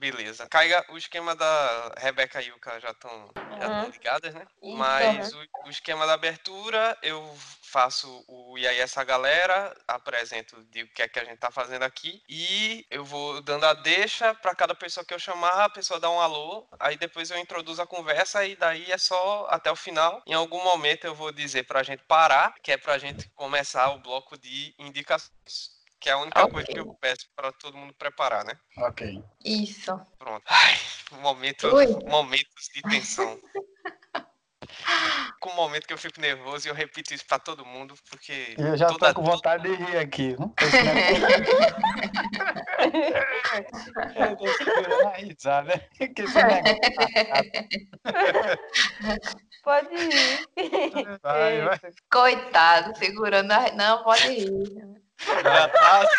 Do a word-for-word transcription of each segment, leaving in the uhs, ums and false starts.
Beleza. Caiga, o esquema da Rebeca e Yuka já estão já Uhum. tão ligadas, né? Isso. Mas o, o esquema da abertura, eu faço o E aí essa galera, apresento, digo o que é que a gente tá fazendo aqui, e eu vou dando a deixa para cada pessoa que eu chamar, a pessoa dá um alô, aí depois eu introduzo a conversa e daí é só até o final. Em algum momento eu vou dizer pra gente parar, que é pra gente começar o bloco de indicações. Que é a única coisa que eu Ok. peço pra todo mundo preparar, né? Ok. Isso. Pronto. Ai, momento, Ui. momentos de tensão. Com um momento que eu fico nervoso e eu repito isso pra todo mundo, porque Eu já toda tô com vontade de rir aqui, viu? Esse negócio- Eu tô segurando a risada, que esse negócio tá chato. Pode ir. Vai, vai. Eita. Coitado, segurando a... Não, pode ir. já tá assim.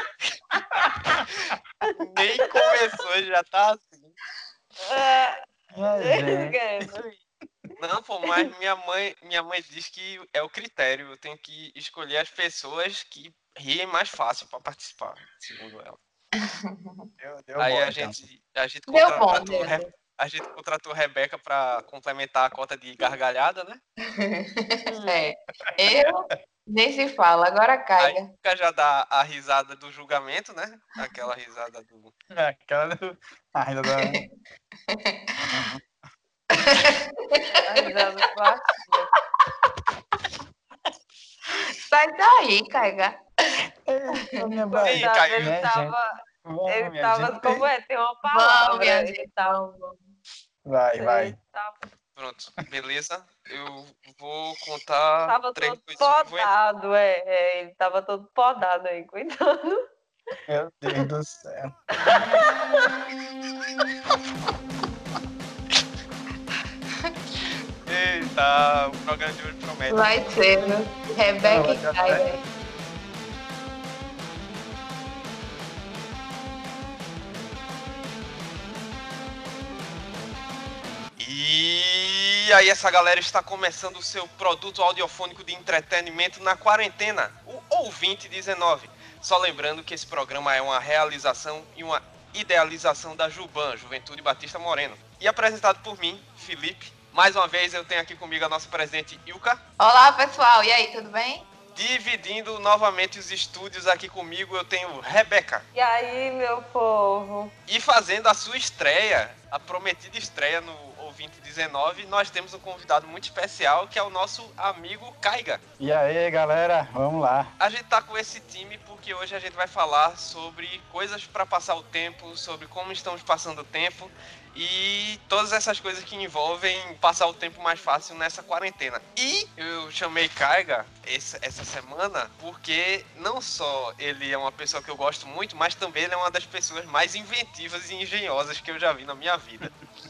Nem começou, já tá assim. Ah, Ai, gente. esquece. Não, pô, mas minha mãe, minha mãe diz que é o critério. Eu tenho que escolher as pessoas que riem mais fácil pra participar, segundo ela. Deu, deu Aí bom, a então. gente, a gente Deu bom, contratou, deu. Re- a gente contratou a Rebeca pra complementar a cota de gargalhada, né? É. Eu nem se fala, agora Aí caiga. Yuka já dá a risada do julgamento, né? Aquela risada do. Aquela do... A risada... A risada do vacilo. Sai daí, caiga. Eita, minha Ei, barriga. Coitado, Caio, ele Minha gente. tava. Vamos, Ele minha tava. gente. Como é? Tem uma Vamos, palavra. minha Ele gente, tava. vamos. Vai, vai. Ele tava, pronto, beleza. Eu vou contar tava três, todo dois, um e vou entrar. podado, é, é. Ele tava todo podado aí, cuidado. Meu Deus do céu. Eita, o programa de hoje promete. Vai ser, viu? Rebeca e caiga. E aí essa galera está começando o seu produto audiofônico de entretenimento na quarentena, o Ouvinte dezenove. Só lembrando que esse programa é uma realização e uma idealização da Juban, Juventude Batista Moreno. E apresentado por mim, Felipe. Mais uma vez eu tenho aqui comigo a nossa presidente Ilka. Olá, pessoal. E aí, tudo bem? Dividindo novamente os estúdios aqui comigo, eu tenho Rebeca. E aí, meu povo? E fazendo a sua estreia, a prometida estreia no Ouvinte dezenove, nós temos um convidado muito especial, que é o nosso amigo Caiga. E aí, galera, vamos lá. A gente tá com esse time porque hoje a gente vai falar sobre coisas para passar o tempo, sobre como estamos passando o tempo e todas essas coisas que envolvem passar o tempo mais fácil nessa quarentena. E eu chamei Caiga essa, essa semana porque não só ele é uma pessoa que eu gosto muito, mas também ele é uma das pessoas mais inventivas e engenhosas que eu já vi na minha vida.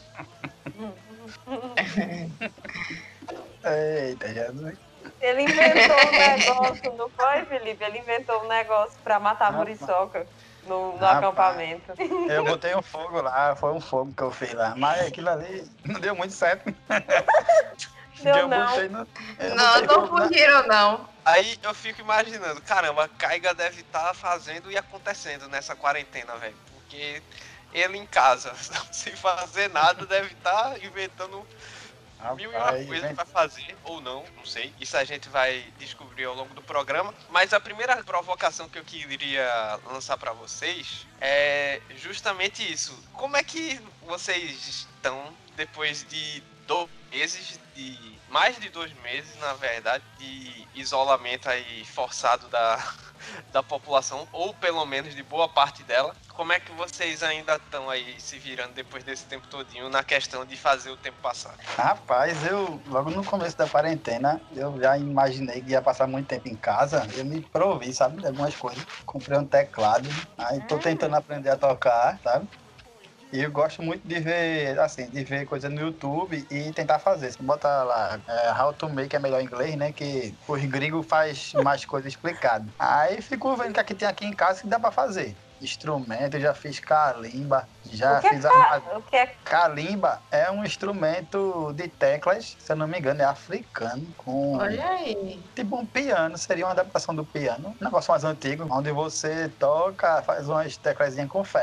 Eita, Jesus. Ele inventou um negócio, não foi, Felipe? Ele inventou um negócio pra matar a muriçoca no, no Rapaz. acampamento. Eu botei um fogo lá, foi um fogo que eu fiz lá. Mas aquilo ali não deu muito certo. Deu eu não. botei no... eu Não, botei não fogo na- fugiram, não. Aí eu fico imaginando, caramba, Caiga deve estar fazendo e acontecendo nessa quarentena, velho. Porque ele em casa, sem fazer nada, deve estar inventando mil e uma Rapaz, coisas vem- pra fazer, ou não, não sei. Isso a gente vai descobrir ao longo do programa. Mas a primeira provocação que eu queria lançar pra vocês é justamente isso. Como é que vocês estão depois de dois meses, de mais de dois meses, na verdade, de isolamento aí forçado da, da população, ou pelo menos de boa parte dela? Como é que vocês ainda estão aí se virando depois desse tempo todinho na questão de fazer o tempo passar? Rapaz, eu, logo no começo da quarentena, eu já imaginei que ia passar muito tempo em casa. Eu me provi, sabe, de algumas coisas. Comprei um teclado, aí tô tentando aprender a tocar, sabe? E eu gosto muito de ver, assim, de ver coisa no YouTube e tentar fazer. Você bota lá, é, How to Make é melhor em inglês, né? Que os gringos faz mais coisa explicada. Aí fico vendo o que aqui tem aqui em casa que dá pra fazer. Instrumento, eu já fiz calimba, já O que é fiz ca- armadilha. O que é Calimba é um instrumento de teclas, se eu não me engano, é africano, com Olha aí. tipo um piano, seria uma adaptação do piano. Um negócio mais antigo, onde você toca, faz umas teclasinhas com ferro.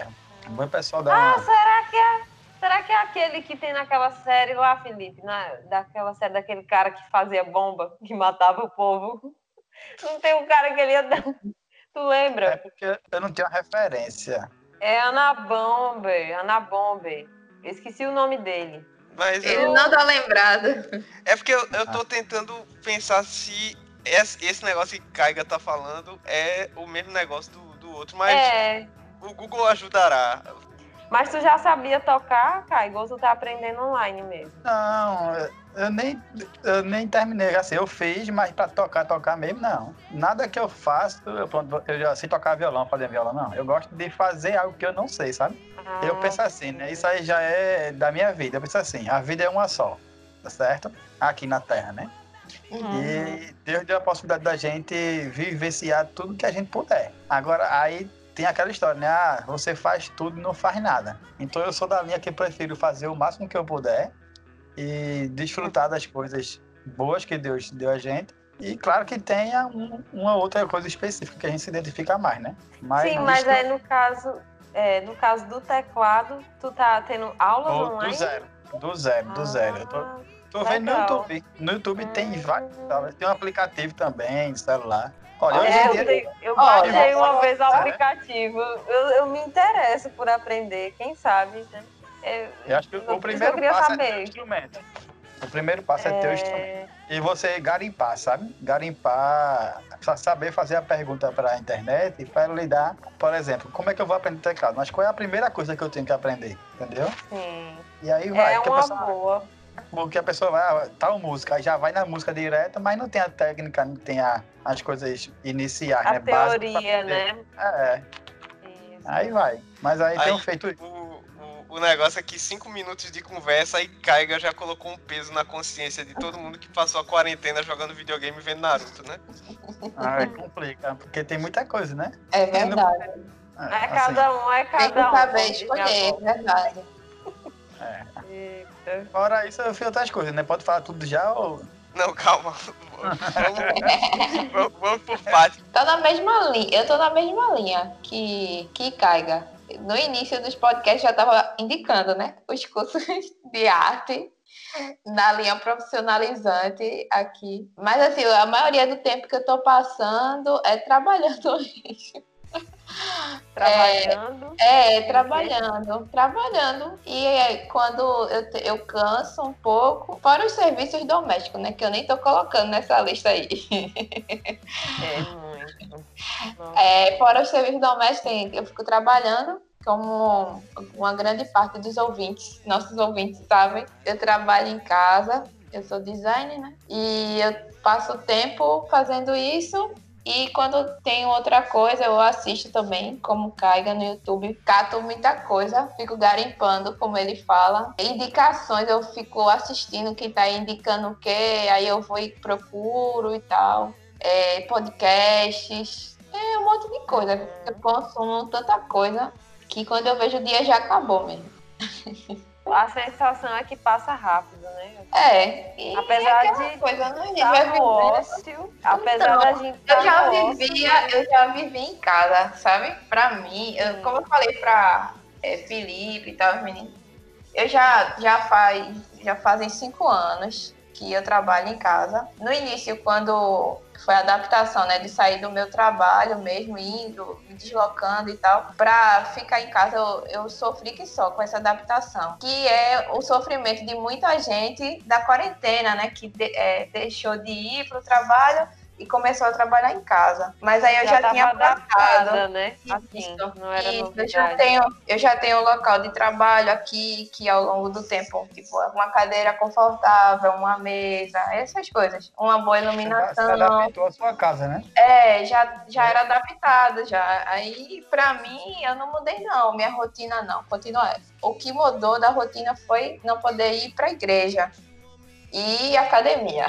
O pessoal dá Ah, uma... será que é, será que é aquele que tem naquela série lá, Felipe? Na, daquela série daquele cara que fazia bomba, que matava o povo? Não tem um cara que ele ia dar. Tu É lembra? porque eu não tenho referência. É Anabombe, Anabombe. Eu esqueci o nome dele. Mas Ele eu, não tá lembrado. é porque eu, eu tô tentando pensar se esse, esse negócio que Caiga tá falando é o mesmo negócio do, do outro, mas É, o Google ajudará. mas tu já sabia tocar, Kai? Igual tu tá aprendendo online mesmo. Não, eu nem, eu nem terminei. Assim, eu fiz, mas pra tocar, tocar mesmo, não. Nada que eu faço, eu, pronto, eu já sei tocar violão, fazer violão, não. Eu gosto de fazer algo que eu não sei, sabe? Eu Ah, penso assim, né? Isso aí já é da minha vida. Eu penso assim, a vida é uma só, tá certo? Aqui na Terra, né? Uhum. E Deus deu a possibilidade da gente vivenciar tudo que a gente puder. Agora, aí tem aquela história, né? Ah, você faz tudo e não faz nada. Então eu sou da linha que prefiro fazer o máximo que eu puder e desfrutar das coisas boas que Deus deu a gente. E claro que tenha um, uma outra coisa específica que a gente se identifica mais, né? Mas Sim, mas destru... aí no caso, é, no caso do teclado, tu tá tendo aulas do, online? do zero, do zero, do zero. Eu tô, Ah, tô vendo no legal. YouTube. No YouTube tem Hum. vários, sabe? Tem um aplicativo também, de celular. Olha, Olha, hoje em É, eu, dia... tenho- eu Olha, baixei uma vez o né? aplicativo. Eu, eu me interesso por aprender, quem sabe, né? É, Eu acho que por o isso primeiro eu queria passo é ter o saber. instrumento. O primeiro passo é ter o instrumento. É, E você garimpar, sabe? Garimpar, sa- saber fazer a pergunta para a internet e para lidar, por exemplo, como é que eu vou aprender teclado? Mas qual é a primeira coisa que eu tenho que aprender? Entendeu? sim. E aí vai. É Porque a uma pessoa, boa. porque a pessoa vai, ah, tal música, aí já vai na música direta, mas não tem a técnica, não tem a, as coisas iniciais, A né? Básicas pra teoria, aprender. né? É, Isso. aí vai. Mas aí, Aí, tenho feito o, o, o negócio é que cinco minutos de conversa e Caiga já colocou um peso na consciência de todo mundo que passou a quarentena jogando videogame e vendo Naruto, né? Aí complica, porque tem muita coisa, né? é E não- verdade. é, É assim, cada um, é Tem que cada um. saber como diz minha escolher, é avó. verdade. é. Eita. Fora isso, eu fiz outras coisas, né? Pode falar tudo já ou... Não, calma. Vamos, vamos, vamos por parte. Tô na mesma linha, eu tô na mesma linha que, que Caiga. No início dos podcasts já tava indicando, né? Os cursos de arte na linha profissionalizante aqui. Mas assim, a maioria do tempo que eu tô passando é trabalhando mesmo. Trabalhando. É, Em quê? trabalhando, trabalhando. E é, quando eu, te- eu canso um pouco, fora os serviços domésticos, né? Que eu nem tô colocando nessa lista aí. É muito. Nossa. É, fora os serviços domésticos, tem- eu fico trabalhando, como uma grande parte dos ouvintes, nossos ouvintes sabem. Eu trabalho em casa, eu sou designer, né? E eu passo tempo fazendo isso. E quando tem outra coisa, eu assisto também, como Caiga no YouTube. Cato muita coisa, fico garimpando, como ele fala. Indicações, eu fico assistindo quem tá indicando o quê, aí eu vou e procuro e tal. É, podcasts, é um monte de coisa. Eu consumo tanta coisa que quando eu vejo o dia já acabou mesmo. A sensação é que passa rápido, né? É, e Apesar é aquela de coisa, né? A gente Tá vai no vivendo. ócio, apesar Então, da gente tá Eu já no ócio, vivia, eu já vivi em casa, sabe? Pra mim, eu- Hum. como eu falei pra é, Felipe e tal, os meninos, eu já, já, faz, já fazem cinco anos que eu trabalho em casa. No início, quando foi a adaptação, né, de sair do meu trabalho mesmo, indo, me deslocando e tal, pra ficar em casa, eu, eu sofri que só com essa adaptação, que é o sofrimento de muita gente da quarentena, né, que de, é, deixou de ir pro trabalho e começou a trabalhar em casa. Mas aí eu já, já tinha tava passado. adaptada, né? Isso, Assim, não era isso. Eu já novidade. tenho, eu já tenho um local de trabalho aqui, que ao longo do tempo, tipo, uma cadeira confortável, uma mesa, essas coisas. Uma boa Você iluminação. adaptou a sua casa, né? É, já, já era adaptada, já. Aí, pra mim, eu não mudei, não. Minha rotina, não. Continua essa. O que mudou da rotina foi não poder ir pra igreja e academia.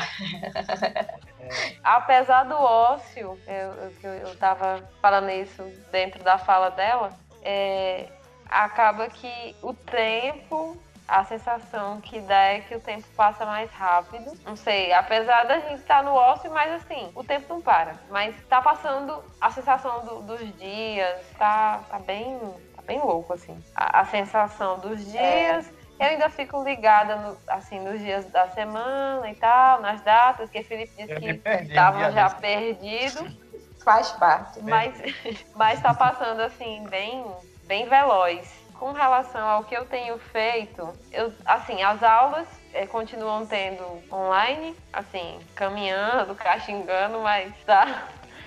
Apesar do ócio, eu, eu, eu, eu tava falando isso dentro da fala dela, é, acaba que o tempo, a sensação que dá é que o tempo passa mais rápido. Não sei, apesar da gente estar no ócio, mas assim, o tempo não para. Mas tá passando a sensação do- dos dias, tá, tá bem, tá bem louco, assim. A, a sensação dos dias, é. eu ainda fico ligada, no, assim, nos dias da semana e tal, nas datas, que Felipe disse que estava já desse. perdido. Faz parte. Mas, mas tá passando, assim, bem, bem veloz. Com relação ao que eu tenho feito, eu, assim, as aulas é, continuam tendo online, assim, caminhando, caxingando, mas tá...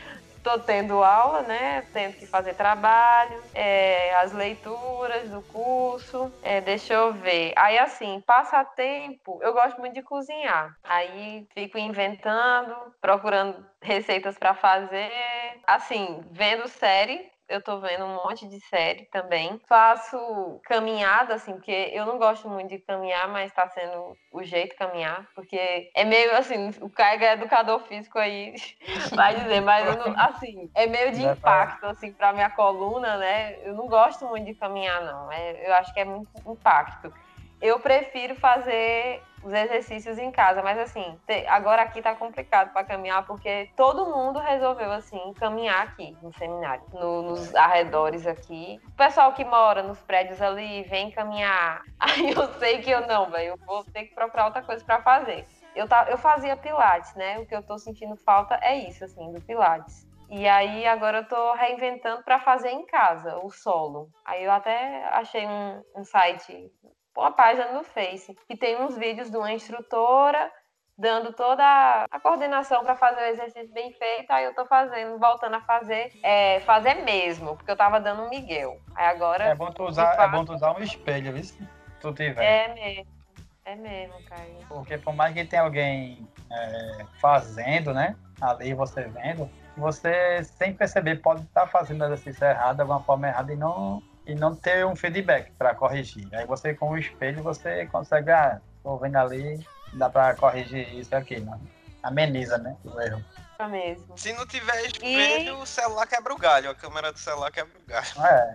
Tô tendo aula, né? Tendo que fazer trabalho, é, as leituras do curso, é, deixa eu ver. Aí, assim, passatempo, eu gosto muito de cozinhar. Aí, fico inventando, procurando receitas para fazer. Assim, vendo série. Eu tô vendo um monte de série também. Faço caminhada, assim, porque eu não gosto muito de caminhar, mas tá sendo o jeito de caminhar. Porque é meio, assim, o Caio é educador físico aí, vai dizer, mas eu não, assim, é meio de impacto, assim, pra minha coluna, né? Eu não gosto muito de caminhar, não. É, eu acho que é muito impacto. Eu prefiro fazer os exercícios em casa, mas assim, agora aqui tá complicado para caminhar, porque todo mundo resolveu, assim, caminhar aqui no seminário, no, nos arredores aqui. O pessoal que mora nos prédios ali vem caminhar. Aí eu sei que eu não, velho, eu vou ter que procurar outra coisa para fazer. Eu, tá, eu fazia pilates, né? O que eu tô sentindo falta é isso, assim, do pilates. E aí agora eu tô reinventando para fazer em casa, o solo. Aí eu até achei um, um site, uma página no Face, que tem uns vídeos de uma instrutora dando toda a coordenação para fazer o exercício bem feito. Aí eu tô fazendo, voltando a fazer, é, fazer mesmo, porque eu tava dando um migué. Aí agora... É bom tu usar, fato, é bom tu usar um espelho, viu? Se tu tiver. É mesmo, é mesmo, cara. Porque por mais que tenha alguém é, fazendo, né, ali você vendo, você, sem perceber, pode estar fazendo o exercício errado, de alguma forma errada, e não... e não ter um feedback para corrigir. Aí você, com o espelho, você consegue, ah, tô vendo ali, dá para corrigir isso aqui, não? Ameniza, né, o erro. É mesmo. Se não tiver espelho, e... o celular quebra o galho, a câmera do celular quebra o galho. É.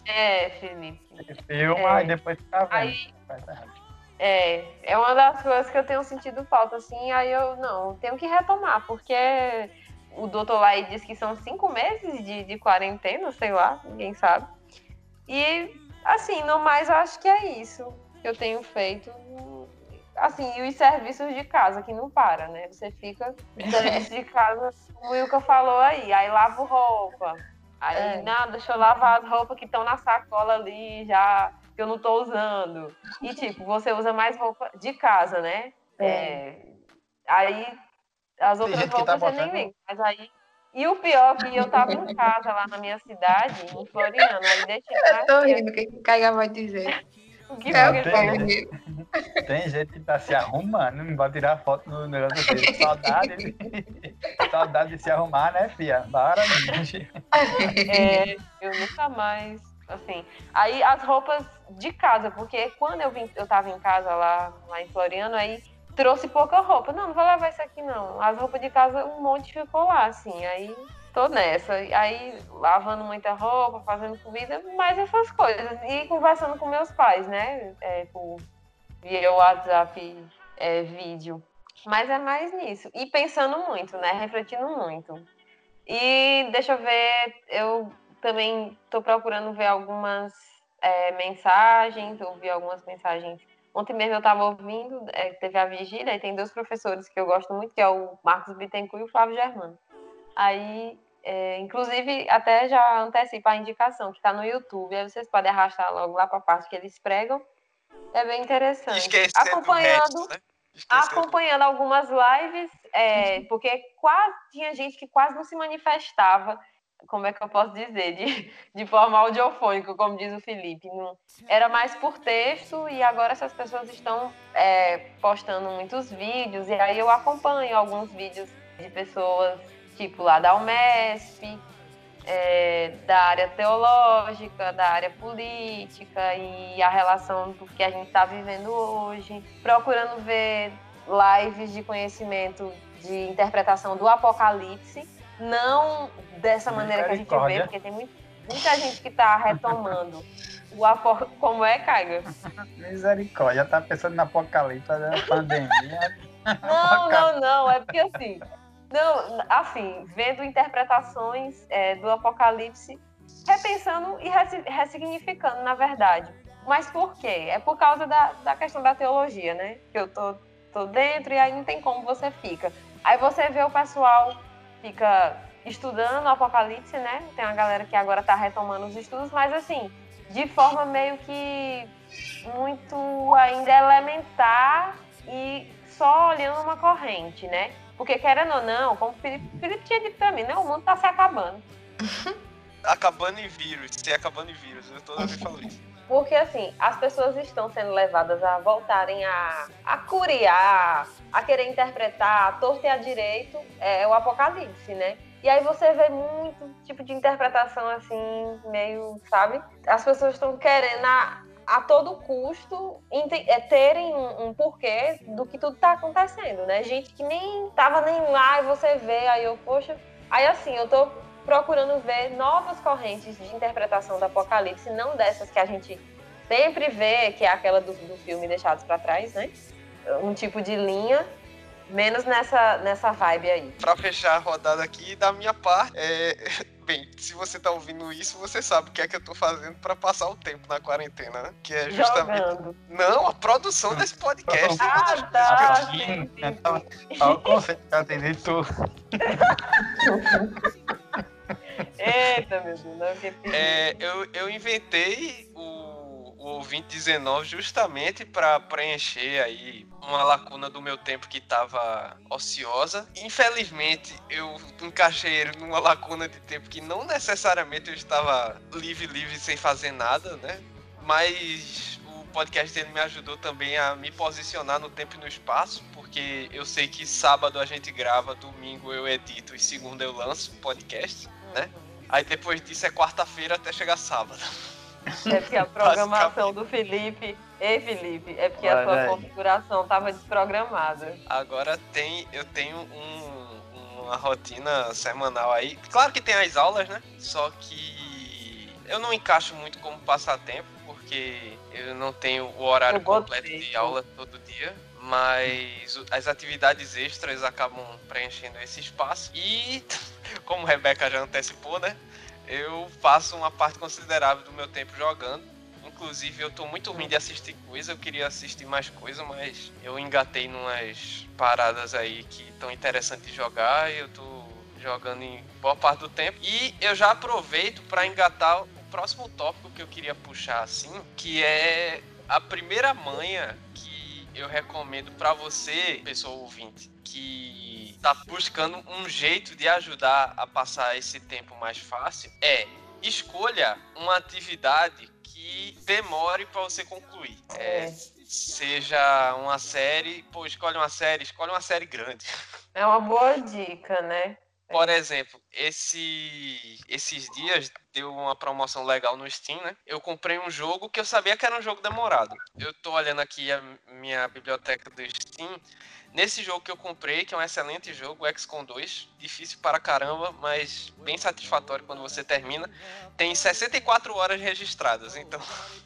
É, Felipe. Você filma é. e depois fica vendo. Aí... É, é uma das coisas que eu tenho sentido falta, assim, aí eu, não, tenho que retomar, porque o doutor lá diz que são cinco meses de, de quarentena, sei lá, ninguém sabe. E, assim, no mais, eu acho que é isso que eu tenho feito. Assim, e os serviços de casa, que não para, né? Você fica serviço de casa, como o Wilka falou aí. Aí lavo roupa. Aí, é. não, deixa eu lavar as roupas que estão na sacola ali, já, que eu não tô usando. E, tipo, você usa mais roupa de casa, né? É. É, aí, as outras roupas tá você botando... nem vê. Mas aí... E o pior é que eu tava em casa lá na minha cidade, em Floriano, aí deixei... Eu tô rindo, o que o Caiga vai dizer? O que não, foi que tem, gente, tem gente que tá se arrumando, não vai tirar foto no negócio dele. Saudade, saudade de se arrumar, né, filha? Para, é, eu nunca mais, assim... Aí as roupas de casa, porque quando eu, vim, eu tava em casa lá, lá em Floriano, aí... trouxe pouca roupa. Não, não vou levar isso aqui, não. As roupas de casa, um monte ficou lá, assim. Aí, tô nessa. Aí, lavando muita roupa, fazendo comida, mais essas coisas. E conversando com meus pais, né? É, por via WhatsApp, é, vídeo. Mas é mais nisso. E pensando muito, né? Refletindo muito. E, deixa eu ver, eu também tô procurando ver algumas é, mensagens, ouvir algumas mensagens. Ontem mesmo eu estava ouvindo, é, teve a vigília, e tem dois professores que eu gosto muito, que é o Marcos Bittencourt e o Flávio Germano. Aí, é, inclusive, até já antecipa a indicação, que está no YouTube, aí vocês podem arrastar logo lá para a parte que eles pregam. É bem interessante. Esquecer acompanhando, do né? acompanhando algumas lives, é, porque quase tinha gente que quase não se manifestava, como é que eu posso dizer, de, de forma audiofônica, como diz o Felipe. Não, era mais por texto, e agora essas pessoas estão é, postando muitos vídeos, e aí eu acompanho alguns vídeos de pessoas, tipo lá da Umesp, é, da área teológica, da área política, e a relação do que a gente está vivendo hoje, procurando ver lives de conhecimento de interpretação do Apocalipse, não dessa maneira que a gente vê, porque tem muito, muita gente que está retomando o apo... Como é, Caiga? Misericórdia, tá pensando no Apocalipse, na pandemia. Não, não, não, é porque assim, não, assim, vendo interpretações é, do Apocalipse repensando e ressi- ressignificando, na verdade. Mas por quê? É por causa da, da questão da teologia, né? Que eu tô, tô dentro e aí não tem como você fica. Aí você vê o pessoal fica estudando o Apocalipse, né? Tem uma galera que agora tá retomando os estudos, mas assim, de forma meio que muito ainda elementar e só olhando uma corrente, né? Porque querendo ou não, como o Felipe, Felipe tinha dito pra mim, né? O mundo tá se acabando. Acabando em vírus, se acabando em vírus, eu toda vez falo isso. Porque, assim, as pessoas estão sendo levadas a voltarem a, a curiar, a querer interpretar, a torto e a direito é, o Apocalipse, né? E aí você vê muito tipo de interpretação, assim, meio, sabe? As pessoas estão querendo, a, a todo custo, ente- é, terem um, um porquê do que tudo tá acontecendo, né? Gente que nem tava nem lá e você vê, aí eu, poxa... Aí, assim, eu tô procurando ver novas correntes de interpretação do Apocalipse, não dessas que a gente sempre vê, que é aquela do, do filme Deixados pra Trás, né? Um tipo de linha, menos nessa, nessa vibe aí. Pra fechar a rodada aqui, da minha parte, é... bem, se você tá ouvindo isso, você sabe o que é que eu tô fazendo pra passar o tempo na quarentena, né? Que é justamente... Jogando. Não, a produção desse podcast. Ah, tá, sim, sim, Então, sim. olha o conceito que eu atendi tu. Eita, meu Deus, não, que É, eu, eu inventei o, o ouvinte dezenove justamente para preencher aí uma lacuna do meu tempo que estava ociosa. Infelizmente, eu encaixei ele numa lacuna de tempo que não necessariamente eu estava livre, livre, sem fazer nada, né? Mas o podcast dele me ajudou também a me posicionar no tempo e no espaço, porque eu sei que sábado a gente grava, domingo eu edito e segunda eu lanço o podcast, né? Aí depois disso é quarta-feira até chegar sábado. É porque a programação do Felipe... Ei, Felipe, é porque a Olha sua aí. configuração estava desprogramada. Agora tem, eu tenho um, uma rotina semanal aí. Claro que tem as aulas, né? Só que eu não encaixo muito como passatempo, porque eu não tenho o horário Eu botei. completo de aula todo dia. Mas o- as atividades extras acabam preenchendo esse espaço. E, como a Rebeca já antecipou, né? Eu passo uma parte considerável do meu tempo jogando. Inclusive, eu tô muito ruim de assistir coisa, eu queria assistir mais coisa, mas eu engatei numas paradas aí que estão interessantes de jogar e eu tô jogando em boa parte do tempo. E eu já aproveito para engatar o próximo tópico que eu queria puxar assim, que é a primeira manha que eu recomendo para você, pessoa ouvinte, que tá buscando um jeito de ajudar a passar esse tempo mais fácil, é escolha uma atividade que demore para você concluir. É, É. seja uma série, pô, escolhe uma série, escolhe uma série grande. É uma boa dica, né? Por exemplo, esse, esses dias deu uma promoção legal no Steam, né? Eu comprei um jogo que eu sabia que era um jogo demorado. Eu tô olhando aqui a minha biblioteca do Steam. Nesse jogo que eu comprei, que é um excelente jogo, o X COM dois, difícil para caramba, mas bem satisfatório quando você termina, tem sessenta e quatro horas registradas, então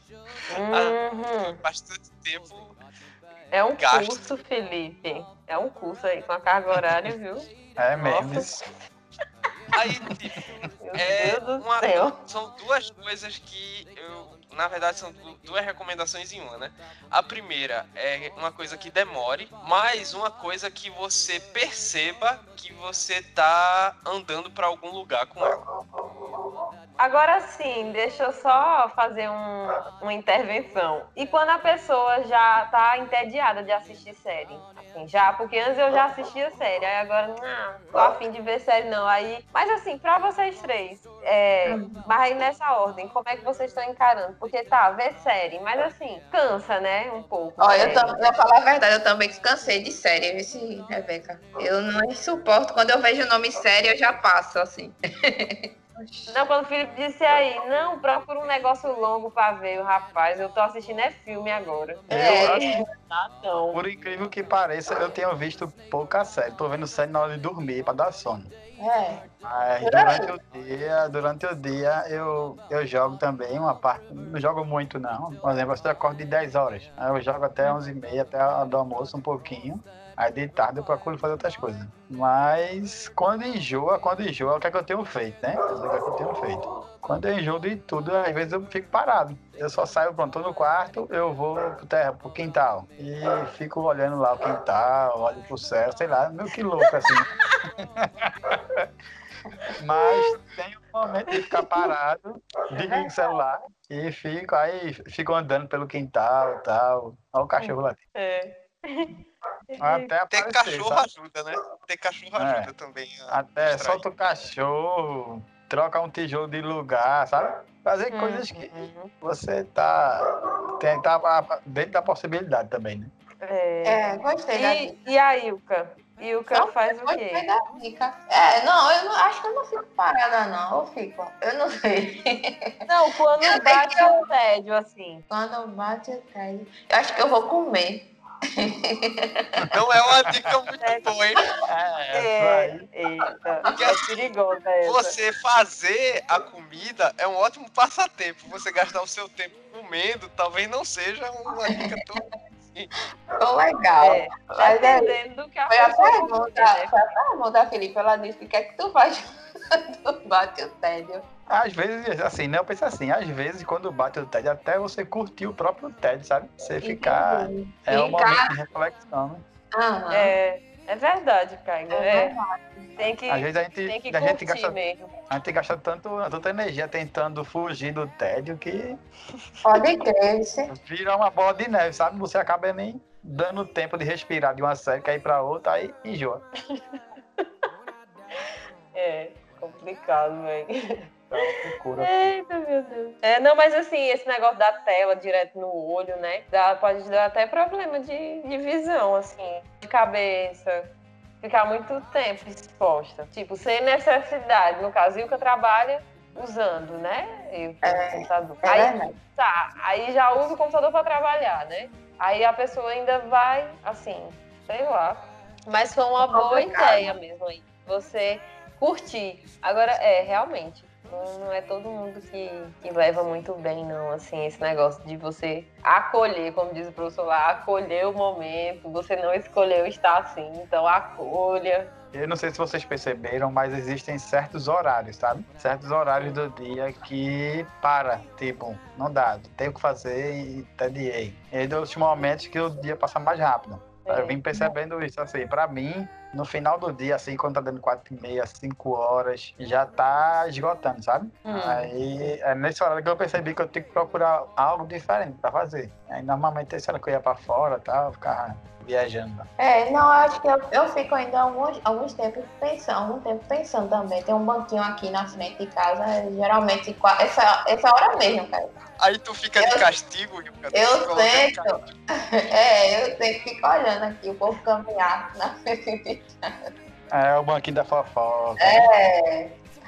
Uhum. bastante tempo. É um Gasto. curso, Felipe. É um curso aí com a carga horária, viu? É Nossa. memes. Aí, tipo, Meu é Deus do uma- céu. são duas coisas que eu, na verdade, são du- duas recomendações em uma, né? A primeira é uma coisa que demore, mais uma coisa que você perceba que você tá andando pra algum lugar com ela. Agora sim, deixa eu só fazer um- uma intervenção. E quando a pessoa já tá entediada de assistir série? Assim, já, porque antes eu já assistia série, aí agora não tô afim de ver série não. Aí, mas assim, pra vocês três, é, mas aí nessa ordem, como é que vocês estão encarando? Porque tá, ver série, mas assim, cansa, né, um pouco. Ó, eu, É. tam, eu falar a verdade, eu também cansei de série, esse Rebeca. Eu não suporto, quando eu vejo o nome série, eu já passo, assim. Não, quando o Felipe disse aí, não, procura um negócio longo pra ver, o rapaz, eu tô assistindo é filme agora. É. Ah, não. Por incrível que pareça, eu tenho visto pouca série. Tô vendo série na hora de dormir pra dar sono. É. Mas durante o dia, durante o dia eu, eu jogo também uma parte. Não jogo muito não. Por exemplo, eu acordo de dez horas. Aí eu jogo até onze e meia, até a hora do almoço um pouquinho. Aí de tarde eu procuro fazer outras coisas. Mas quando enjoa, quando enjoa, o que é que eu tenho feito, né? O que é que eu tenho feito? Quando eu enjoo de tudo, às vezes eu fico parado. Eu só saio, pronto, tô no quarto, eu vou pro, terra, pro quintal. E fico olhando lá o quintal, olho pro céu, sei lá, meio que louco assim. Mas tem um momento de ficar parado, desligo o celular e fico, aí fico andando pelo quintal e tal. Olha o cachorro lá. É. Até Ter aparecer, cachorro sabe? ajuda, né? Ter cachorro É. ajuda também a Até distrair. solta o cachorro, troca um tijolo de lugar, sabe? Fazer coisas que Uhum. você tá, tem, tá dentro da possibilidade também, né? É. É, gostei da E, dica. e a Ilka? Ilka Não, faz o gostei quê? da dica. É, não, eu não, acho que eu não fico parada, não. Eu fico, eu não sei. Não, quando Eu sei bate que eu- o tédio, assim. Quando bate o tédio, eu acho que eu vou comer. Não é uma dica muito É, boa, hein? É, isso é, aí. eita, Porque é assim, perigosa essa. você fazer a comida é um ótimo passatempo. Você gastar o seu tempo comendo talvez não seja uma dica tão assim. Ficou legal. É, Mas é, dependendo do que a foi a pessoa for pergunta, comer, né? foi a pergunta, Felipe. Ela disse: o que é que tu faz quando bate o tédio? Às vezes, assim, né? Eu penso assim, às vezes quando bate o tédio, até você curtir o próprio tédio, sabe? Você ficar. Entendi. É um Ficar. momento de reflexão, né? Aham. É, é verdade, Caiga. É É, tem que, Às vezes a gente, tem que a gente curtir gasta, mesmo. a gente gasta tanto, tanta energia tentando fugir do tédio que Pode crer, você. vira uma bola de neve, sabe? Você acaba nem dando tempo de respirar de uma série, cair pra outra, aí enjoa. É complicado, velho. Então, loucura. Eita, meu Deus. É, não, mas assim, esse negócio da tela direto no olho, né? Dá, pode dar até problema de, de visão, assim, de cabeça. Ficar muito tempo exposta. Tipo, sem necessidade. No caso, Ilka trabalha usando, né? Ilka, É, o computador. É Aí, verdade. tá, aí já usa o computador para trabalhar, né? Aí a pessoa ainda vai, assim, sei lá. Mas foi uma boa Complicado. ideia mesmo aí. Você curtir. Agora, é, realmente. Não, não é todo mundo que, que leva muito bem, não, assim, esse negócio de você acolher, como diz o professor lá, acolher o momento, você não escolheu estar assim, então acolha. Eu não sei se vocês perceberam, mas existem certos horários, sabe? Certos horários do dia que para, tipo, não dá, tenho o que fazer e tediei. E aí, dos momentos que o dia passa mais rápido. É. Eu vim percebendo isso, assim, pra mim, no final do dia, assim, quando tá dando quatro e meia, cinco horas, já tá esgotando, sabe? Hum. Aí é nesse horário que eu percebi que eu tenho que procurar algo diferente pra fazer. Aí normalmente esse horário que eu ia pra fora e tal, ficava viajando. É, não, eu acho que eu, eu fico ainda alguns, alguns tempos pensando, algum tempo pensando também. Tem um banquinho aqui na frente de casa, geralmente qua- essa, essa hora mesmo, cara. Aí tu fica de Eu- castigo, Ilka, tu Eu se coloca de tento, castigo. é, eu sempre fico olhando aqui o povo caminhar na frente de É o banquinho da fofoca. É,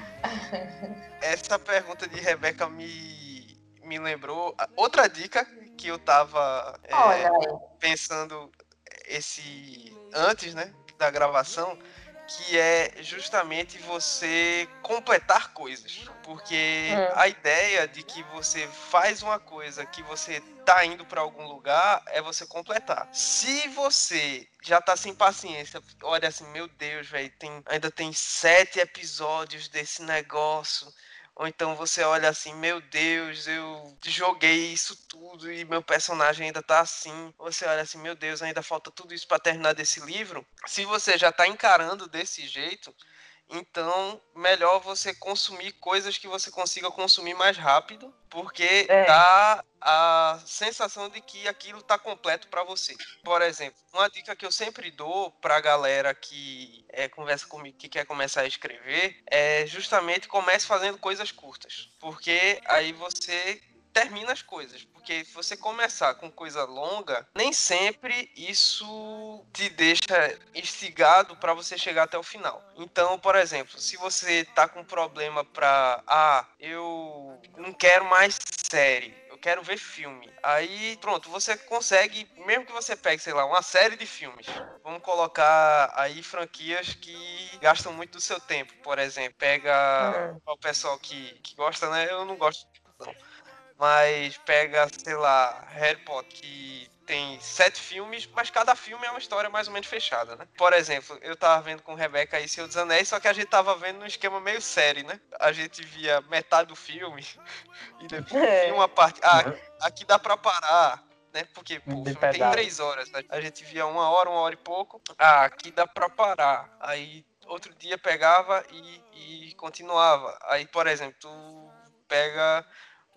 Essa pergunta de Rebeca me, me lembrou outra dica que eu tava é, olha aí. pensando esse antes, né, da gravação, que é justamente você completar coisas, porque Hum. a ideia de que você faz uma coisa que você tá indo para algum lugar é você completar. Se você já tá sem paciência, olha assim, meu Deus, velho, tem ainda tem sete episódios desse negócio. Ou então você olha assim, meu Deus, eu joguei isso tudo e meu personagem ainda tá assim. Você olha assim, meu Deus, ainda falta tudo isso para terminar desse livro. Se você já tá encarando desse jeito, então melhor você consumir coisas que você consiga consumir mais rápido, porque É. dá a sensação de que aquilo tá completo para você. Por exemplo, uma dica que eu sempre dou pra galera que é, conversa comigo, que quer começar a escrever, é justamente comece fazendo coisas curtas, porque aí você termina as coisas, porque se você começar com coisa longa, nem sempre isso te deixa instigado para você chegar até o final. Então, por exemplo, se você tá com problema para, ah, eu não quero mais série, eu quero ver filme. Aí, pronto, você consegue, mesmo que você pegue, sei lá, uma série de filmes. Vamos colocar aí franquias que gastam muito do seu tempo, por exemplo. Pega Hum. o pessoal que, que gosta, né? Eu não gosto, não. mas pega, sei lá, Harry Potter, que tem sete filmes, mas cada filme é uma história mais ou menos fechada, né? Por exemplo, eu tava vendo com Rebeca aí Senhor dos Anéis, só que a gente tava vendo num esquema meio série, né? A gente via metade do filme e depois via uma parte. Ah, aqui dá pra parar. Né? Porque pô, o filme tem três horas, né? A gente via uma hora, uma hora e pouco. Ah, aqui dá pra parar. Aí outro dia pegava e, e continuava. Aí, por exemplo, tu pega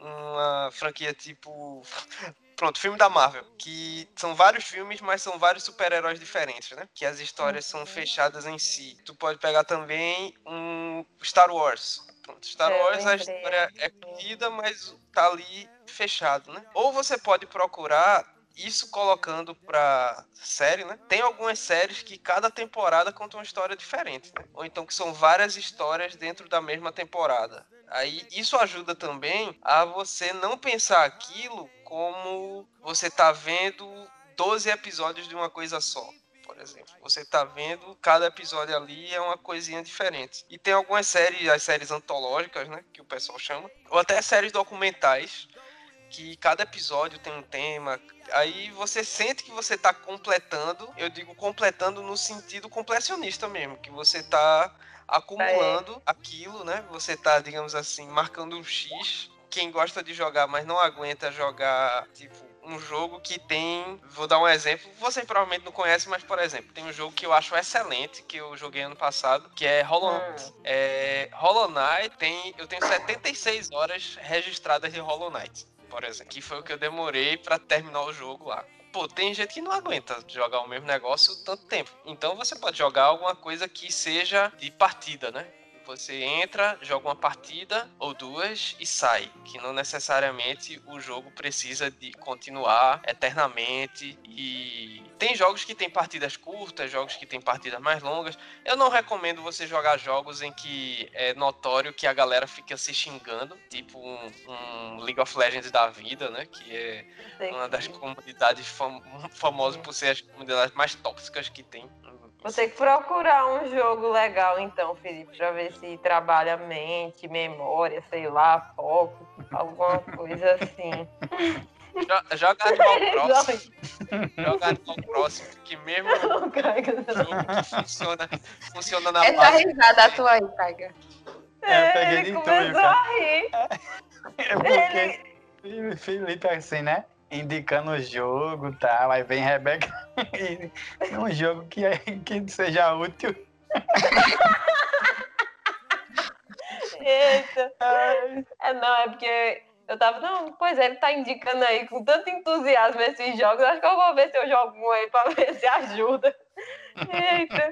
uma franquia tipo. Pronto, filme da Marvel, que são vários filmes, mas são vários super-heróis diferentes, né? Que as histórias são fechadas em si. Tu pode pegar também um Star Wars. Pronto, Star É, eu Wars, a lembrei. história é corrida, mas tá ali fechado, né? Ou você pode procurar isso colocando pra série, né? Tem algumas séries que cada temporada conta uma história diferente, né? Ou então que são várias histórias dentro da mesma temporada. Aí isso ajuda também a você não pensar aquilo como você tá vendo doze episódios de uma coisa só. Por exemplo, você tá vendo cada episódio ali é uma coisinha diferente. E tem algumas séries, as séries antológicas, né, que o pessoal chama, ou até séries documentais, que cada episódio tem um tema. Aí você sente que você tá completando, eu digo completando no sentido completionista mesmo, que você tá acumulando é. aquilo, né? Você tá, digamos assim, marcando um X. Quem gosta de jogar, mas não aguenta jogar, tipo, um jogo que tem... Vou dar um exemplo. Você provavelmente não conhece, mas, por exemplo, tem um jogo que eu acho excelente, que eu joguei ano passado, que é Hollow Knight. Hum. É, Hollow Knight tem... Eu tenho setenta e seis horas registradas de Hollow Knight, por exemplo. Que foi o que eu demorei pra terminar o jogo lá. Pô, tem gente que não aguenta jogar o mesmo negócio tanto tempo. Então você pode jogar alguma coisa que seja de partida, né? Você entra, joga uma partida ou duas e sai. Que não necessariamente o jogo precisa de continuar eternamente. E tem jogos que tem partidas curtas, jogos que tem partidas mais longas. Eu não recomendo você jogar jogos em que é notório que a galera fica se xingando. Tipo um, um League of Legends da vida, né? Que é uma das comunidades fam- famosas por ser as comunidades mais tóxicas que tem. Vou ter que procurar um jogo legal então, Felipe, pra ver se trabalha mente, memória, sei lá, foco, alguma coisa assim. Joga Animal Crossing. Joga Animal Crossing, que mesmo jogo que funciona, funciona na Essa base. Essa risada a tua aí, Taiga. É, eu peguei ele de começou tudo, a rir. É porque ele... Felipe assim, né? Indicando o jogo e tal, aí vem Rebeca e um jogo que, é, que seja útil. Eita. É, não, é porque eu tava, não, pois é, ele tá indicando aí com tanto entusiasmo esses jogos, acho que eu vou ver se eu jogo um aí pra ver se ajuda. Eita.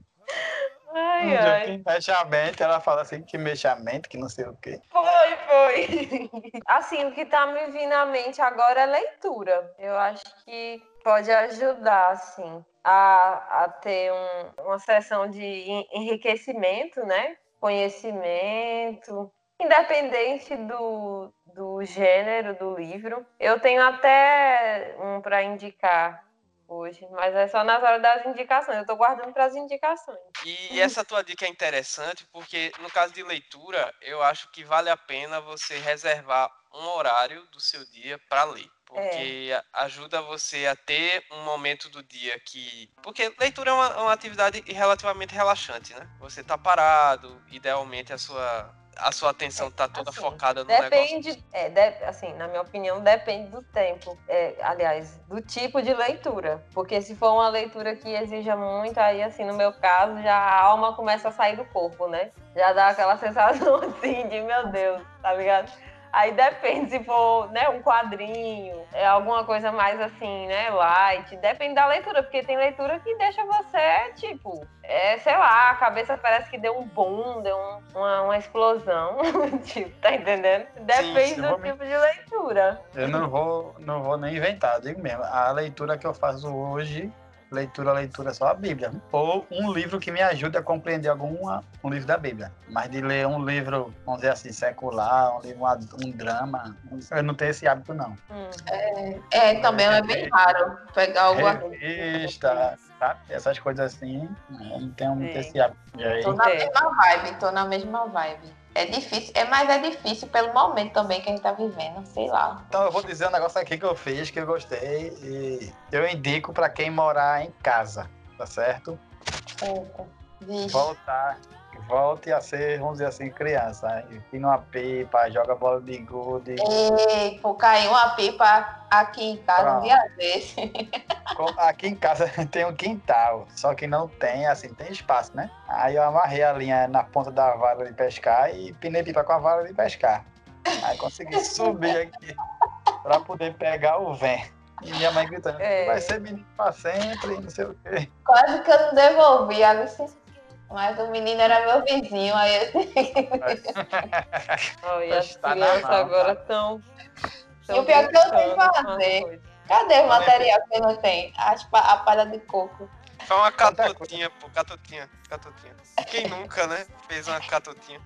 Ai, um ai. jogo que mexe a mente, ela fala assim que mexe a mente, que não sei o quê. Foi, foi. Assim, o que tá me vindo à mente agora é leitura. Eu acho que pode ajudar, assim, a, a ter um, uma sessão de enriquecimento, né? Conhecimento, independente do, do gênero do livro. Eu tenho até um para indicar hoje, mas é só nas horas das indicações. Eu tô guardando para as indicações. E essa tua dica é interessante porque, no caso de leitura, eu acho que vale a pena você reservar um horário do seu dia para ler. Porque é. ajuda você a ter um momento do dia que... Porque leitura é uma, uma atividade relativamente relaxante, né? Você tá parado, idealmente a sua... a sua atenção tá toda assim, focada no depende, negócio. É, de, assim, na minha opinião, depende do tempo. É, aliás, do tipo de leitura. Porque se for uma leitura que exija muito, aí, assim, no meu caso, já a alma começa a sair do corpo, né? Já dá aquela sensação, assim, de, meu Deus, tá ligado? Aí depende se for, né, um quadrinho, é alguma coisa mais assim, né, light. Depende da leitura, porque tem leitura que deixa você, tipo, é, sei lá, a cabeça parece que deu um boom, deu um, uma, uma explosão. Tipo, tá entendendo? Depende sim, sim, do tipo me... de leitura. Eu não vou, não vou nem inventar, digo mesmo. A leitura que eu faço hoje... Leitura, leitura, só a Bíblia. Ou um livro que me ajude a compreender alguma, um livro da Bíblia. Mas de ler um livro, vamos dizer assim, secular, um livro, um drama, eu não tenho esse hábito, não. Hum. É, é, também é bem raro pegar algo revista, sabe? Essas coisas assim, eu não tenho muito esse hábito. Tô na mesma vibe, tô na mesma vibe. É difícil, é, mas é difícil pelo momento também que a gente tá vivendo, sei lá. Então eu vou dizer um negócio aqui que eu fiz, que eu gostei, e eu indico pra quem morar em casa, tá certo? Certo. Vixe. Voltar, volte a ser, vamos dizer assim, criança. Ir numa pipa, joga bola de gude. Ei, pô, caiu uma pipa aqui em casa um Pronto. dia desse. Aqui em casa tem um quintal, só que não tem, assim, tem espaço, né? Aí eu amarrei a linha na ponta da vara de pescar e pinei pipa com a vara de pescar. Aí consegui subir aqui pra poder pegar o vento. E minha mãe gritando, É. vai ser menino pra sempre, não sei o quê. Quase que eu não devolvi, Alice. Mas o menino era meu vizinho, aí eu... Oh, e as Está na crianças mão, agora estão. E o pior é que eu sei fazer. Cadê o material que não tem? As pa- A palha de coco. Foi uma catotinha, pô, catotinha, catotinha. Quem nunca, né? Fez uma catotinha.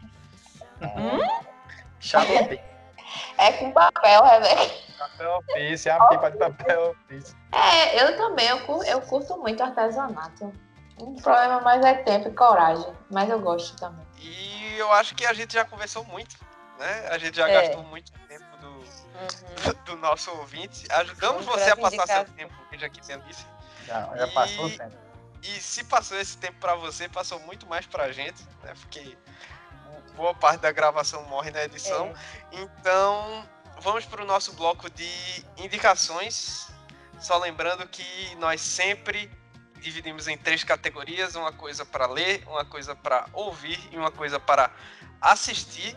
Xarope, É com papel, Rebeca. papel ofício, é uma pipa de papel ofício. É, eu também, eu, cu- eu curto muito artesanato. O problema mais é tempo e coragem, mas eu gosto também. E eu acho que a gente já conversou muito, né? A gente já É. gastou muito tempo do, Uhum. do nosso ouvinte. Ajudamos Vamos você a para as passar seu indicações. tempo, eu já aqui dentro disso. Já, já passou o tempo. E se passou esse tempo pra você, passou muito mais pra gente, né? Porque boa parte da gravação morre na edição. É. Então, vamos pro nosso bloco de indicações. Só lembrando que nós sempre dividimos em três categorias: uma coisa para ler, uma coisa para ouvir e uma coisa para assistir.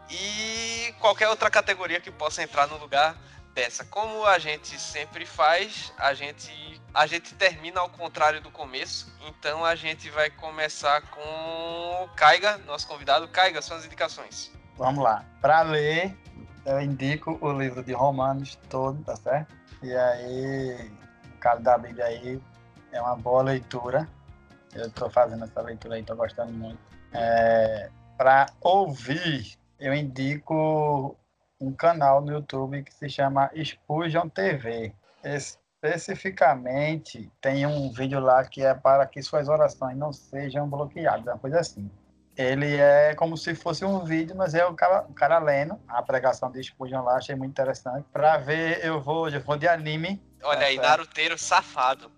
E qualquer outra categoria que possa entrar no lugar dessa. Como a gente sempre faz, a gente, a gente termina ao contrário do começo. Então a gente vai começar com o Caiga, nosso convidado. Caiga, suas indicações. Vamos lá. Para ler, eu indico o livro de Romanos todo, tá certo? E aí, no caso da Bíblia aí, é uma boa leitura. Eu estou fazendo essa leitura aí, estou gostando muito. É, Para ouvir, eu indico um canal no YouTube que se chama Spurgeon T V. Especificamente, tem um vídeo lá que é para que suas orações não sejam bloqueadas, uma coisa assim. Ele é como se fosse um vídeo, mas é o cara, o cara lendo a pregação de Spurgeon lá, achei muito interessante. Para ver, eu vou, eu vou de anime. Olha Tá aí, certo. Naruteiro safado.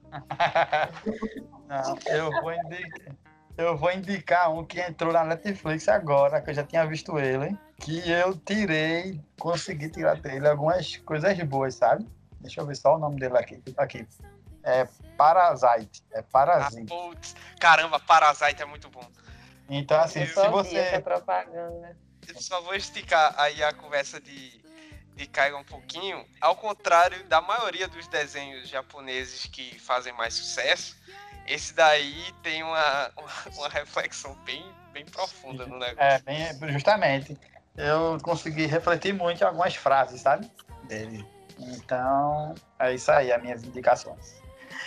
Não, eu vou indicar, eu vou indicar um que entrou na Netflix agora, que eu já tinha visto ele, que eu tirei, consegui tirar dele algumas coisas boas, sabe? Deixa eu ver só o nome dele aqui. Tá aqui. É Parasite. É Ah, Parasite. putz. Caramba, Parasite é muito bom. Então, assim, Eu se só vi essa você. propaganda. Eu só vou esticar aí a conversa de, de Caiga um pouquinho. Ao contrário da maioria dos desenhos japoneses que fazem mais sucesso, esse daí tem uma, uma, uma reflexão bem, bem profunda no negócio. É, bem, justamente. Eu consegui refletir muito em algumas frases, sabe? Dele. Então, é isso aí, as minhas indicações.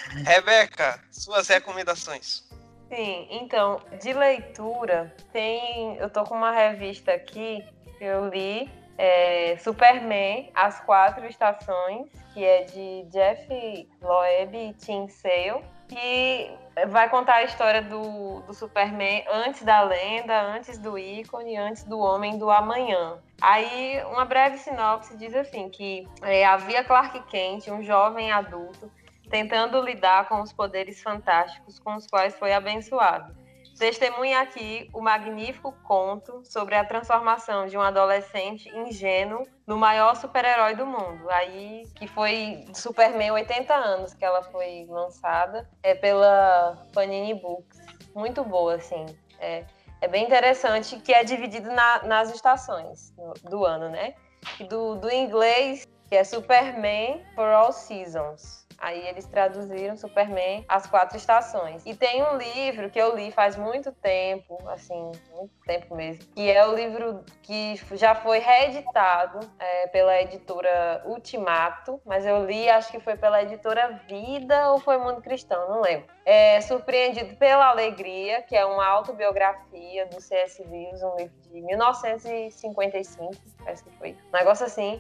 Rebeca, suas recomendações. Sim, então, de leitura, tem. Eu tô com uma revista aqui que eu li, é, Superman, As Quatro Estações, que é de Jeff Loeb e Tim Sale, que vai contar a história do, do Superman antes da lenda, antes do ícone, antes do Homem do Amanhã. Aí, uma breve sinopse diz assim, que é, havia Clark Kent, um jovem adulto, tentando lidar com os poderes fantásticos com os quais foi abençoado. Testemunha aqui o magnífico conto sobre a transformação de um adolescente ingênuo no maior super-herói do mundo. Aí, que foi Superman oitenta anos que ela foi lançada, é pela Panini Books. Muito boa, assim. É, é bem interessante, que é dividido na, nas estações do, do ano, né? E do, do inglês, que é Superman for All Seasons. Aí eles traduziram Superman As Quatro Estações. E tem um livro que eu li faz muito tempo, assim, muito tempo mesmo, que é o livro que já foi reeditado é, pela editora Ultimato, mas eu li, acho que foi pela editora Vida ou foi Mundo Cristão, não lembro. É Surpreendido pela Alegria, que é uma autobiografia do C S Lewis, um livro de mil novecentos e cinquenta e cinco, parece que foi. Um negócio assim.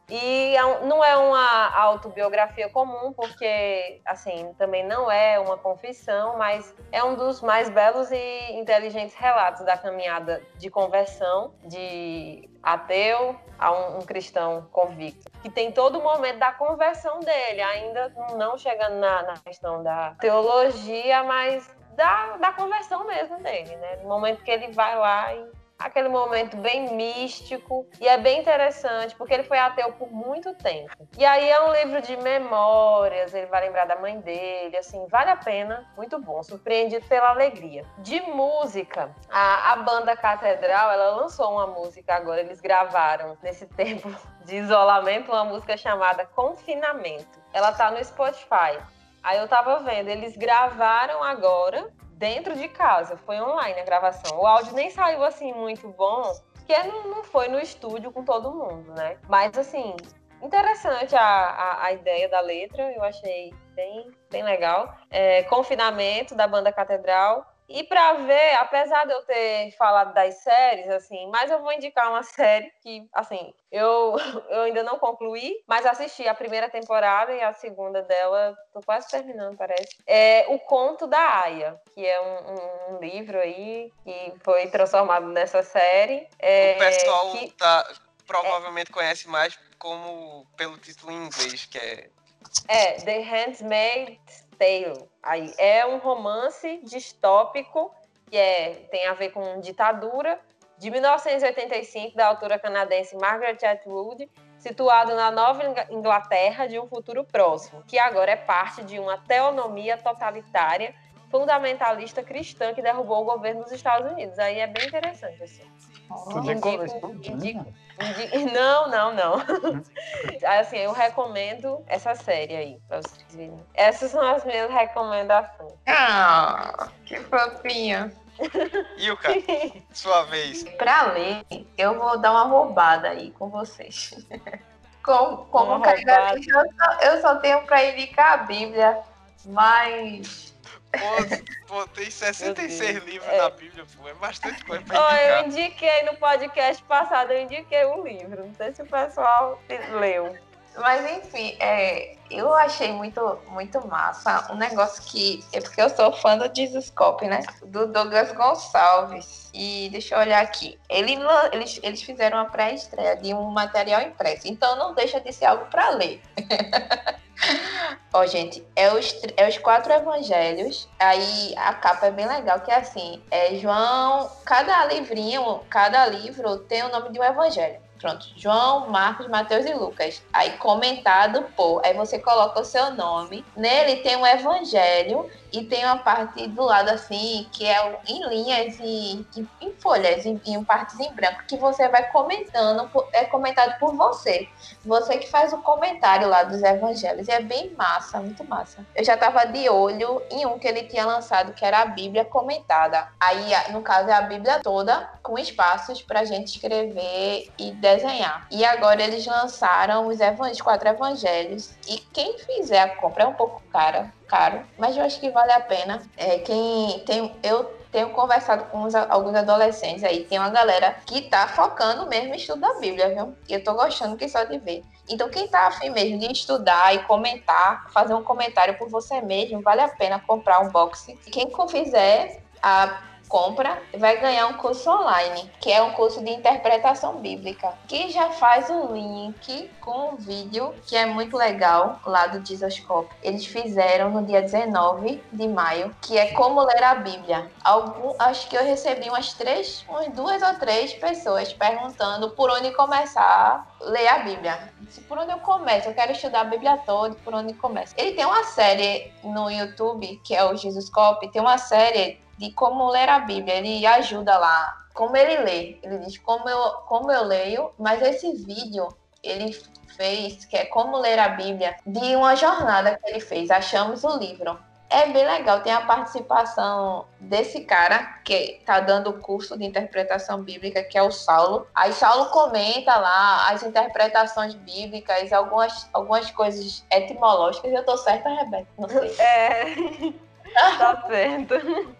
E não é uma autobiografia comum, porque, assim, também não é uma confissão, mas é um dos mais belos e inteligentes relatos da caminhada de conversão de ateu a um, um cristão convicto, que tem todo o momento da conversão dele, ainda não chegando na, na questão da teologia, mas da, da conversão mesmo dele, né? No momento que ele vai lá e aquele momento bem místico, e é bem interessante, porque ele foi ateu por muito tempo. E aí é um livro de memórias, ele vai lembrar da mãe dele, assim, vale a pena, muito bom, surpreendido pela alegria. De música, a, a banda Catedral, ela lançou uma música agora, eles gravaram nesse tempo de isolamento, uma música chamada Confinamento. Ela tá no Spotify. Aí eu tava vendo, eles gravaram agora, dentro de casa, foi online a gravação. O áudio nem saiu assim muito bom, porque não, não foi no estúdio com todo mundo, né? Mas assim, interessante a, a, a ideia da letra, eu achei bem, bem legal. É, Confinamento, da banda Catedral. E para ver, apesar de eu ter falado das séries, assim, mas eu vou indicar uma série que, assim, eu, eu ainda não concluí, mas assisti a primeira temporada e a segunda dela, tô quase terminando, parece. É O Conto da Aia, que é um, um, um livro aí que foi transformado nessa série. É, o pessoal que, tá, provavelmente é, conhece mais como pelo título em inglês, que é... É, The Handmaid's Tale. Aí é um romance distópico que é, tem a ver com ditadura, de mil novecentos e oitenta e cinco, da autora canadense Margaret Atwood, situado na Nova Inglaterra de um futuro próximo, que agora é parte de uma teonomia totalitária fundamentalista cristã que derrubou o governo dos Estados Unidos. Aí é bem interessante, assim. Tu decorou isso tudinho? Indico, indico, não, não, não. Assim, eu recomendo essa série aí, pra vocês verem. Essas são as minhas recomendações. Ah, que fofinha. Ilka, sua vez. Pra ler, eu vou dar uma roubada aí com vocês. Como, como categoria, eu só, eu só tenho pra indicar a Bíblia, mas... Pô, pô, tem sessenta e seis livros é. na Bíblia, pô. É bastante coisa pra oh, indicar. Eu indiquei no podcast passado, eu indiquei um livro. Não sei se o pessoal leu. Mas enfim, é, eu achei muito, muito massa um negócio que... É porque eu sou fã do Jesus Cop, né? Do Douglas Gonçalves. E deixa eu olhar aqui. Ele, eles, eles fizeram uma pré-estreia de um material impresso. Então não deixa de ser algo para ler. Ó, gente, é os, é os quatro evangelhos. Aí a capa é bem legal, que é assim, é João, cada livrinho, cada livro tem o nome de um evangelho. Pronto, João, Marcos, Mateus e Lucas. Aí comentado por, aí você coloca o seu nome. Nele tem um evangelho e tem uma parte do lado assim, que é em linhas e em, em folhas, em, em partes em branco, que você vai comentando, é comentado por você. Você que faz o comentário lá dos evangelhos. E é bem massa, muito massa. Eu já tava de olho em um que ele tinha lançado, que era a Bíblia comentada. Aí, no caso, é a Bíblia toda, com espaços pra gente escrever e desenhar. E agora eles lançaram os, evang- os quatro evangelhos. E quem fizer a compra é um pouco cara, caro, mas eu acho que vale a pena. É, quem tem, eu tenho conversado com uns, alguns adolescentes aí, tem uma galera que tá focando mesmo em estudo da Bíblia, viu? E eu tô gostando que só de ver. Então, quem tá afim mesmo de estudar e comentar, fazer um comentário por você mesmo, vale a pena comprar um box. Quem fizer a compra, vai ganhar um curso online, que é um curso de interpretação bíblica, que já faz o link com um vídeo que é muito legal, lá do Jesuscope. Eles fizeram no dia dezenove de maio, que é como ler a Bíblia. Algum, acho que eu recebi umas três, umas duas ou três pessoas perguntando por onde começar a ler a Bíblia. Por onde eu começo? Eu quero estudar a Bíblia toda, por onde começa? Ele tem uma série no YouTube, que é o Jesuscope, tem uma série de como ler a Bíblia. Ele ajuda lá, como ele lê. Ele diz como eu, como eu leio, mas esse vídeo ele fez, que é como ler a Bíblia, de uma jornada que ele fez, Achamos o Livro. É bem legal, tem a participação desse cara que tá dando o curso de interpretação bíblica, que é o Saulo. Aí Saulo comenta lá as interpretações bíblicas, algumas, algumas coisas etimológicas. Eu tô certa, Rebeca? Não sei. É, tá certo.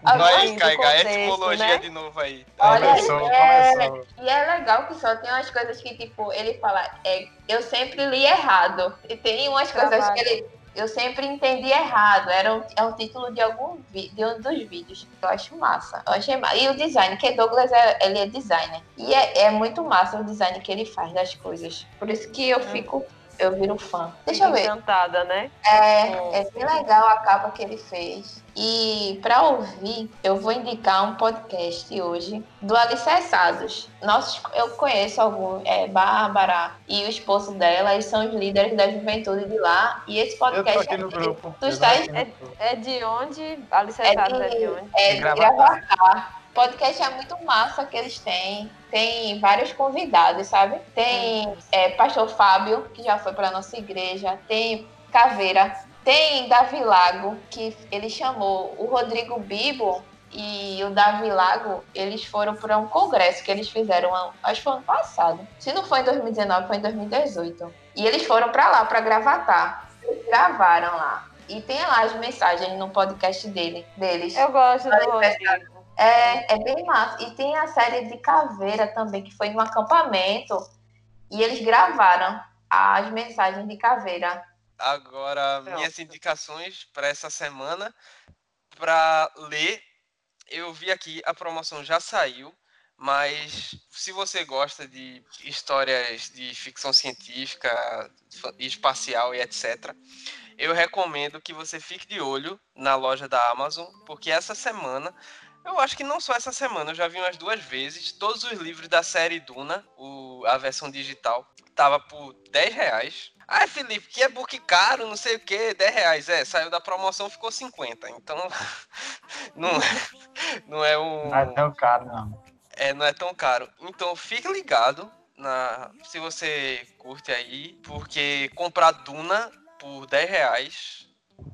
Vai, do Caiga, contexto, etimologia né? de novo aí. Olha, Começou, é, começou. e é legal que só tem umas coisas que, tipo, ele fala, é, eu sempre li errado. E tem umas coisas que Travado. ele, eu sempre entendi errado. Era um, é um título de algum vi- de um dos vídeos. Eu acho massa. Eu achei massa. E o design, que Douglas é, ele é designer. E é, é muito massa o design que ele faz das coisas. Por isso que eu fico, eu viro fã. Deixa Fico eu ver. encantada, né? É, Com- é bem legal a capa que ele fez. E para ouvir, eu vou indicar um podcast hoje do Alicerçados. Nossos, eu conheço algum, é Bárbara e o esposo dela, eles são os líderes da juventude de lá. E esse Eu tô podcast aqui no é, grupo. tu Eu tô estás, aqui no É, grupo. é de onde? é Alicerçados é de onde? de, é De de Gravatar. Gravatar. O podcast é muito massa que eles têm. Tem vários convidados, sabe? Tem é, Pastor Fábio, que já foi para nossa igreja. Tem Caveira. Tem Davi Lago, que ele chamou o Rodrigo Bibo e o Davi Lago, eles foram para um congresso que eles fizeram, acho que foi ano passado. Se não foi em dois mil e dezenove, foi em dois mil e dezoito. E eles foram para lá, para Gravatar. Eles gravaram lá. E tem lá as mensagens no podcast dele, deles. Eu gosto do Rodrigo. É, é bem massa. E tem a série de Caveira também, que foi num acampamento. E eles gravaram as mensagens de Caveira. Agora, minhas indicações para essa semana, para ler, eu vi aqui, a promoção já saiu, mas se você gosta de histórias de ficção científica, espacial e etcétera, eu recomendo que você fique de olho na loja da Amazon, porque essa semana, eu acho que não só essa semana, eu já vi umas duas vezes, todos os livros da série Duna, o, a versão digital, tava por dez reais. Ah, Felipe, que é book caro, não sei o que, dez reais. É, saiu da promoção, ficou cinquenta. Então, não, não é um... Não é tão caro, não. É, não é tão caro. Então, fique ligado na, se você curte aí, porque comprar Duna por dez reais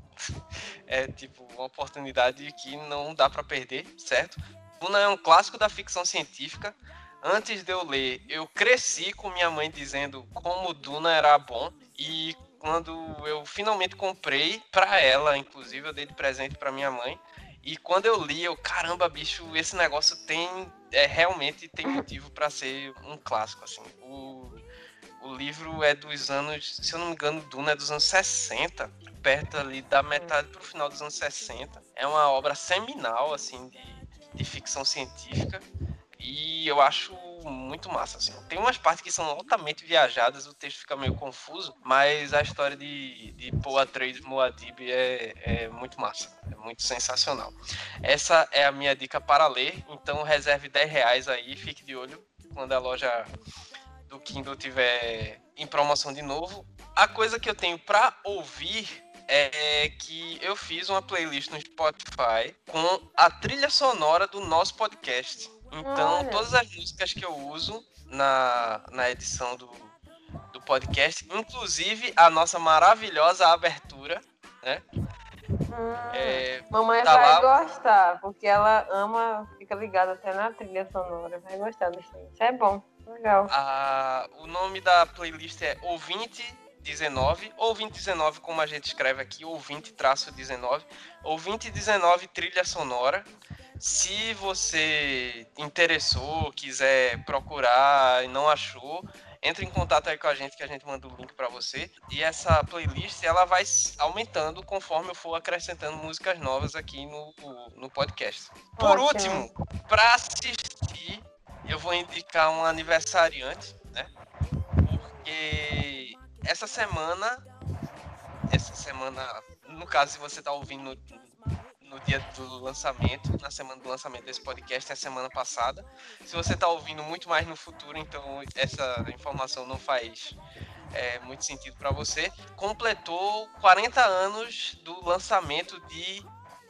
é tipo uma oportunidade que não dá pra perder, certo? Duna é um clássico da ficção científica. Antes de eu ler, eu cresci com minha mãe dizendo como Duna era bom. E quando eu finalmente comprei pra ela, inclusive eu dei de presente pra minha mãe. E quando eu li, eu, caramba, bicho, esse negócio tem, é, realmente tem motivo pra ser um clássico, assim. O, o livro é dos anos, se eu não me engano, Duna é dos anos sessenta, perto ali da metade pro final dos anos sessenta. É uma obra seminal, assim, de, de ficção científica. E eu acho muito massa, assim. Tem umas partes que são altamente viajadas, o texto fica meio confuso, mas a história de, de Paul Atreides Muad'Dib é, é muito massa, é muito sensacional. Essa é a minha dica para ler, então reserve dez reais aí, fique de olho quando a loja do Kindle tiver em promoção de novo. A coisa que eu tenho para ouvir é que eu fiz uma playlist no Spotify com a trilha sonora do nosso podcast. Então, Olha. todas as músicas que eu uso na, na edição do, do podcast, inclusive a nossa maravilhosa abertura, né? Hum, É, mamãe tá vai lá. gostar, porque ela ama, fica ligada até na trilha sonora. Vai gostar disso aí. Isso é bom, legal. A, o nome da playlist é Ouvinte dezenove, Ouvinte dezenove, como a gente escreve aqui, Ouvinte traço dezenove, Ouvinte dezenove trilha sonora. Se você interessou, quiser procurar e não achou, entre em contato aí com a gente que a gente manda o link para você. E essa playlist ela vai aumentando conforme eu for acrescentando músicas novas aqui no, no podcast. Por Ótimo. último, para assistir, eu vou indicar um aniversariante, né? Porque essa semana, essa semana, no caso, se você tá ouvindo no, no dia do lançamento, na semana do lançamento desse podcast, é a semana passada. Se você tá ouvindo muito mais no futuro, então essa informação não faz é, muito sentido para você. Completou quarenta anos do lançamento de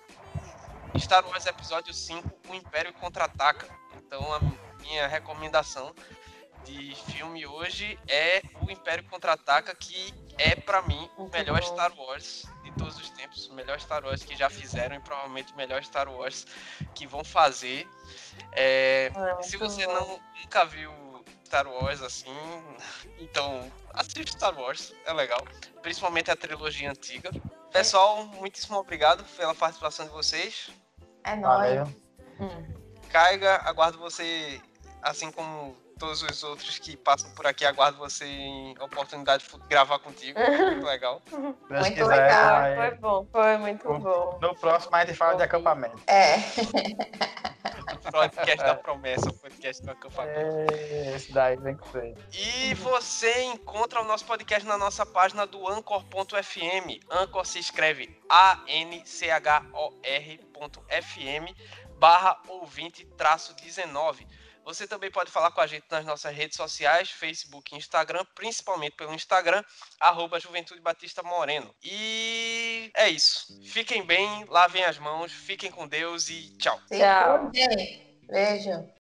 Star Wars Episódio cinco, O Império Contra-Ataca. Então a minha recomendação de filme hoje é O Império Contra-Ataca, que é pra mim o Muito melhor bom. Star Wars de todos os tempos, o melhor Star Wars que já fizeram e provavelmente o melhor Star Wars que vão fazer. É, É, se muito você bom. não, nunca viu Star Wars assim, então assiste Star Wars, é legal, principalmente a trilogia antiga. Pessoal, muitíssimo obrigado pela participação de vocês. É nóis. Valeu. Hum. Caiga, aguardo você, assim como todos os outros que passam por aqui, aguardo você em oportunidade de gravar contigo. Muito legal. Se Deus Muito quiser, legal. vai- Foi bom, foi muito o- bom. no próximo a gente fala de Ouvi. acampamento. É. Podcast da promessa, podcast do acampamento. É, esse daí vem com você. E você encontra o nosso podcast na nossa página do Anchor ponto F M. Anchor se escreve A N C H O R ponto F M barra ouvinte traço dezenove. Você também pode falar com a gente nas nossas redes sociais, Facebook e Instagram, principalmente pelo Instagram, arroba Juventude Batista Moreno. E é isso. Fiquem bem, lavem as mãos, fiquem com Deus e tchau. Se Tchau. cuidem. Beijo.